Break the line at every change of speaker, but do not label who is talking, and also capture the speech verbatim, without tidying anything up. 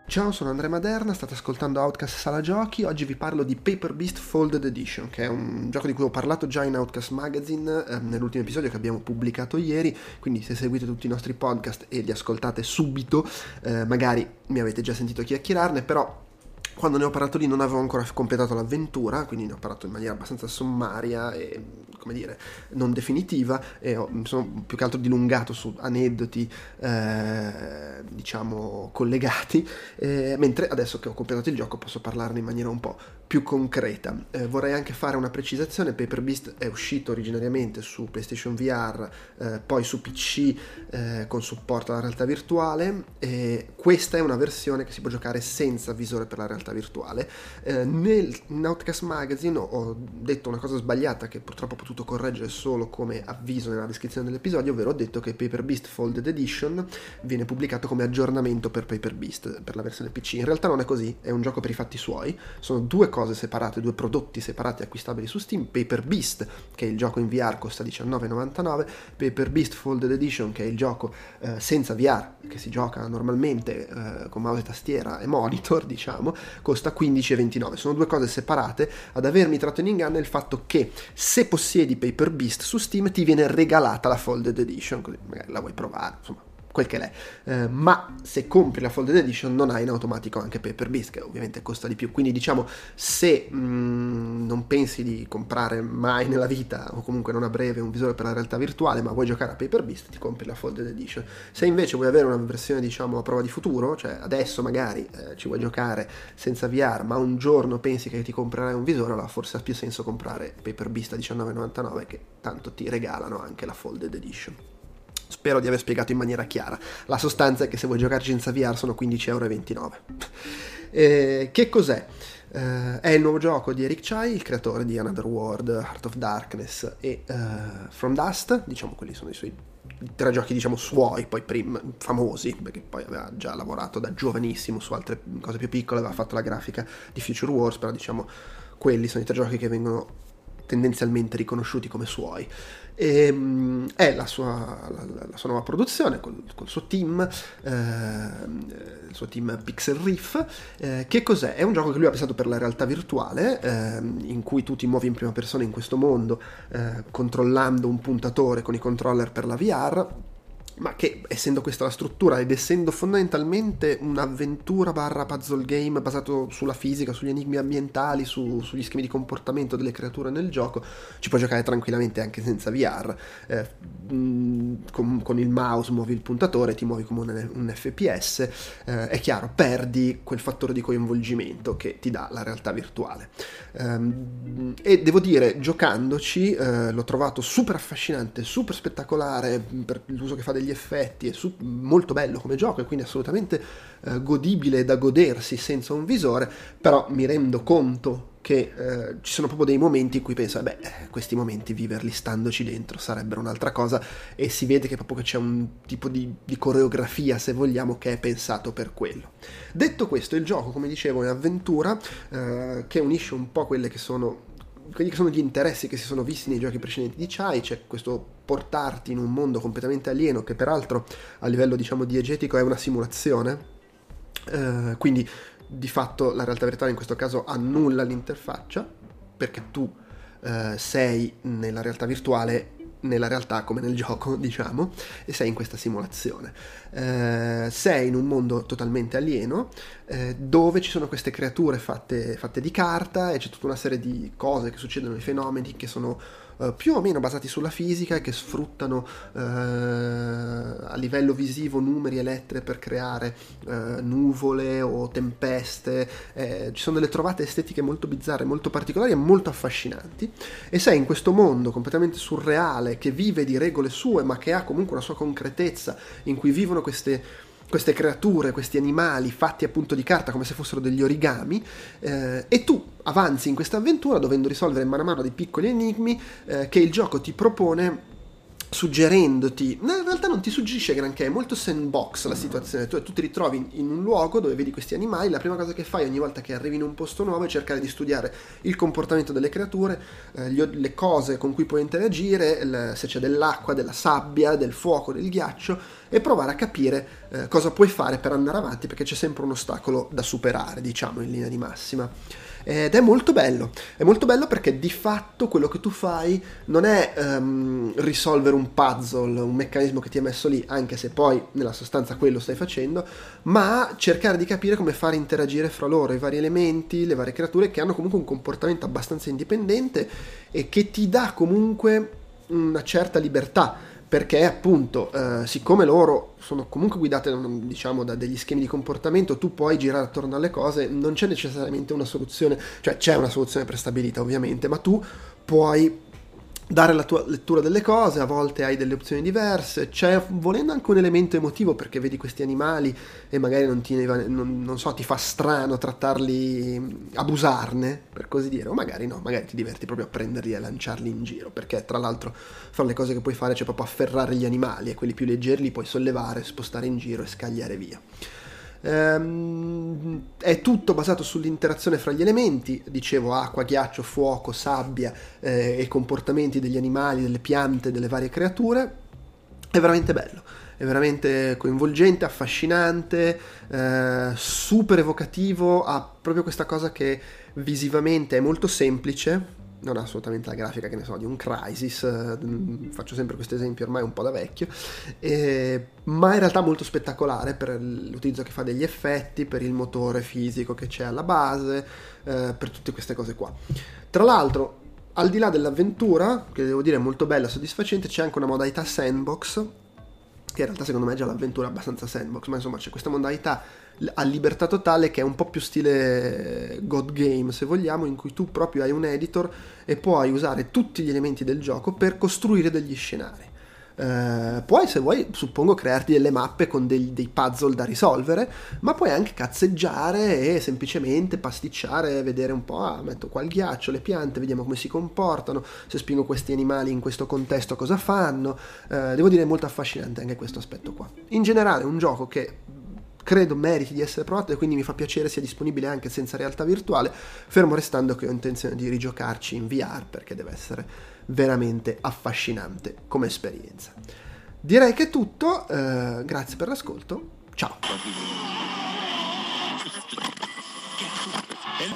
Ciao, sono Andrea Maderna, state ascoltando Outcast Sala Giochi. Oggi vi parlo di Paper Beast Folded Edition, che è un gioco di cui ho parlato già in Outcast Magazine eh, nell'ultimo episodio che abbiamo pubblicato ieri, quindi se seguite tutti i nostri podcast e li ascoltate subito, eh, magari mi avete già sentito chiacchierarne, però quando ne ho parlato lì non avevo ancora completato l'avventura, quindi ne ho parlato in maniera abbastanza sommaria e, come dire, non definitiva, e ho, mi sono più che altro dilungato su aneddoti, eh, diciamo, collegati, eh, mentre adesso che ho completato il gioco posso parlarne in maniera un po' più concreta. Eh, vorrei anche fare una precisazione: Paper Beast è uscito originariamente su PlayStation V R, eh, poi su P C eh, con supporto alla realtà virtuale, e questa è una versione che si può giocare senza visore per la realtà virtuale. Eh, nel in Outcast Magazine ho, ho detto una cosa sbagliata che purtroppo ho potuto correggere solo come avviso nella descrizione dell'episodio, ovvero ho detto che Paper Beast Folded Edition viene pubblicato come aggiornamento per Paper Beast per la versione P C. In realtà non è così, è un gioco per i fatti suoi, sono due cose separate, due prodotti separati acquistabili su Steam. Paper Beast, che è il gioco in V R, costa diciannove e novantanove, Paper Beast Folded Edition, che è il gioco eh, senza V R, che si gioca normalmente eh, con mouse e tastiera e monitor, diciamo, costa quindici e ventinove. Sono due cose separate. Ad avermi tratto in inganno è il fatto che se possiedi Paper Beast su Steam ti viene regalata la Folded Edition, così magari la vuoi provare, insomma, quel che l'è, eh, ma se compri la Folded Edition non hai in automatico anche Paper Beast, che ovviamente costa di più. Quindi diciamo, se mh, non pensi di comprare mai nella vita, o comunque non a breve, un visore per la realtà virtuale, ma vuoi giocare a Paper Beast, ti compri la Folded Edition. Se invece vuoi avere una versione, diciamo, a prova di futuro, cioè adesso magari eh, ci vuoi giocare senza V R, ma un giorno pensi che ti comprerai un visore, allora forse ha più senso comprare Paper Beast a diciannove e novantanove, che tanto ti regalano anche la Folded Edition. Spero di aver spiegato in maniera chiara. La sostanza è che se vuoi giocarci senza V R sono quindici e ventinove euro. Eh, che cos'è? Eh, è il nuovo gioco di Eric Chai, il creatore di Another World, Heart of Darkness e uh, From Dust. Diciamo, quelli sono i suoi tre giochi, diciamo, suoi, poi prima famosi, perché poi aveva già lavorato da giovanissimo su altre cose più piccole, aveva fatto la grafica di Future Wars, però diciamo quelli sono i tre giochi che vengono tendenzialmente riconosciuti come suoi. E, um, è la sua, la, la sua nuova produzione col, col suo team, eh, il suo team Pixel Riff. Eh, che cos'è? È un gioco che lui ha pensato per la realtà virtuale, eh, in cui tu ti muovi in prima persona in questo mondo, eh, controllando un puntatore con i controller per la V R, ma che, essendo questa la struttura ed essendo fondamentalmente un'avventura barra puzzle game basato sulla fisica, sugli enigmi ambientali, su, sugli schemi di comportamento delle creature nel gioco, ci puoi giocare tranquillamente anche senza V R. Eh, con, con il mouse muovi il puntatore, ti muovi come un, un F P S, eh, è chiaro, perdi quel fattore di coinvolgimento che ti dà la realtà virtuale. Um, e devo dire, giocandoci, eh, l'ho trovato super affascinante, super spettacolare per l'uso che fa degli effetti, è su- molto bello come gioco e quindi assolutamente eh, godibile da godersi senza un visore. Però mi rendo conto che eh, ci sono proprio dei momenti in cui penso, beh, questi momenti viverli standoci dentro sarebbero un'altra cosa, e si vede che proprio che c'è un tipo di, di coreografia, se vogliamo, che è pensato per quello. Detto questo, il gioco, come dicevo, è avventura, eh, che unisce un po' quelle che sono quelli che sono gli interessi che si sono visti nei giochi precedenti di Chai. C'è questo portarti in un mondo completamente alieno, che peraltro a livello, diciamo, diegetico è una simulazione, eh, quindi di fatto la realtà virtuale in questo caso annulla l'interfaccia, perché tu eh, sei nella realtà virtuale, nella realtà come nel gioco, diciamo, e sei in questa simulazione. Eh, sei in un mondo totalmente alieno, eh, dove ci sono queste creature fatte, fatte di carta, e c'è tutta una serie di cose che succedono, i fenomeni che sono Uh, più o meno basati sulla fisica e che sfruttano uh, a livello visivo numeri e lettere per creare uh, nuvole o tempeste. Eh, ci sono delle trovate estetiche molto bizzarre, molto particolari e molto affascinanti, e sei in questo mondo completamente surreale che vive di regole sue, ma che ha comunque una sua concretezza, in cui vivono queste queste creature, questi animali fatti appunto di carta come se fossero degli origami, eh, e tu avanzi in questa avventura dovendo risolvere mano a mano dei piccoli enigmi eh, che il gioco ti propone, suggerendoti, no, in realtà non ti suggerisce granché, è molto sandbox la situazione. Tu, tu ti ritrovi in, in un luogo dove vedi questi animali, la prima cosa che fai ogni volta che arrivi in un posto nuovo è cercare di studiare il comportamento delle creature, eh, gli, le cose con cui puoi interagire, il, se c'è dell'acqua, della sabbia, del fuoco, del ghiaccio, e provare a capire eh, cosa puoi fare per andare avanti, perché c'è sempre un ostacolo da superare, diciamo, in linea di massima. Ed è molto bello, è molto bello perché di fatto quello che tu fai non è um, risolvere un puzzle, un meccanismo che ti è messo lì, anche se poi nella sostanza quello stai facendo, ma cercare di capire come fare interagire fra loro i vari elementi, le varie creature che hanno comunque un comportamento abbastanza indipendente e che ti dà comunque una certa libertà. Perché appunto, eh, siccome loro sono comunque guidate, diciamo, da degli schemi di comportamento, tu puoi girare attorno alle cose, non c'è necessariamente una soluzione, cioè c'è una soluzione prestabilita ovviamente, ma tu puoi dare la tua lettura delle cose, a volte hai delle opzioni diverse, c'è volendo anche un elemento emotivo perché vedi questi animali e magari non ti, non, non so, ti fa strano trattarli, abusarne per così dire, o magari no, magari ti diverti proprio a prenderli e lanciarli in giro, perché tra l'altro fra le cose che puoi fare c'è proprio afferrare gli animali e quelli più leggeri li puoi sollevare, spostare in giro e scagliare via. Ehm, è tutto basato sull'interazione fra gli elementi, dicevo acqua, ghiaccio, fuoco, sabbia eh, e comportamenti degli animali, delle piante, delle varie creature. È veramente bello, è veramente coinvolgente, affascinante, eh, super evocativo, ha proprio questa cosa che visivamente è molto semplice, non ha assolutamente la grafica, che ne so, di un Crysis, eh, faccio sempre questo esempio ormai un po' da vecchio, eh, ma in realtà molto spettacolare per l'utilizzo che fa degli effetti, per il motore fisico che c'è alla base, eh, per tutte queste cose qua. Tra l'altro, al di là dell'avventura, che devo dire è molto bella e soddisfacente, c'è anche una modalità sandbox, che in realtà secondo me è già l'avventura abbastanza sandbox, ma insomma c'è questa modalità a libertà totale che è un po' più stile God Game, se vogliamo, in cui tu proprio hai un editor e puoi usare tutti gli elementi del gioco per costruire degli scenari. Uh, puoi, se vuoi, suppongo, crearti delle mappe con dei, dei puzzle da risolvere, ma puoi anche cazzeggiare e semplicemente pasticciare, vedere un po', ah, metto qua il ghiaccio, le piante, vediamo come si comportano, se spingo questi animali in questo contesto cosa fanno. Uh, devo dire, è molto affascinante anche questo aspetto qua. In generale è un gioco che credo meriti di essere provato e quindi mi fa piacere sia disponibile anche senza realtà virtuale, fermo restando che ho intenzione di rigiocarci in V R perché deve essere veramente affascinante come esperienza. Direi che è tutto, eh, grazie per l'ascolto, ciao!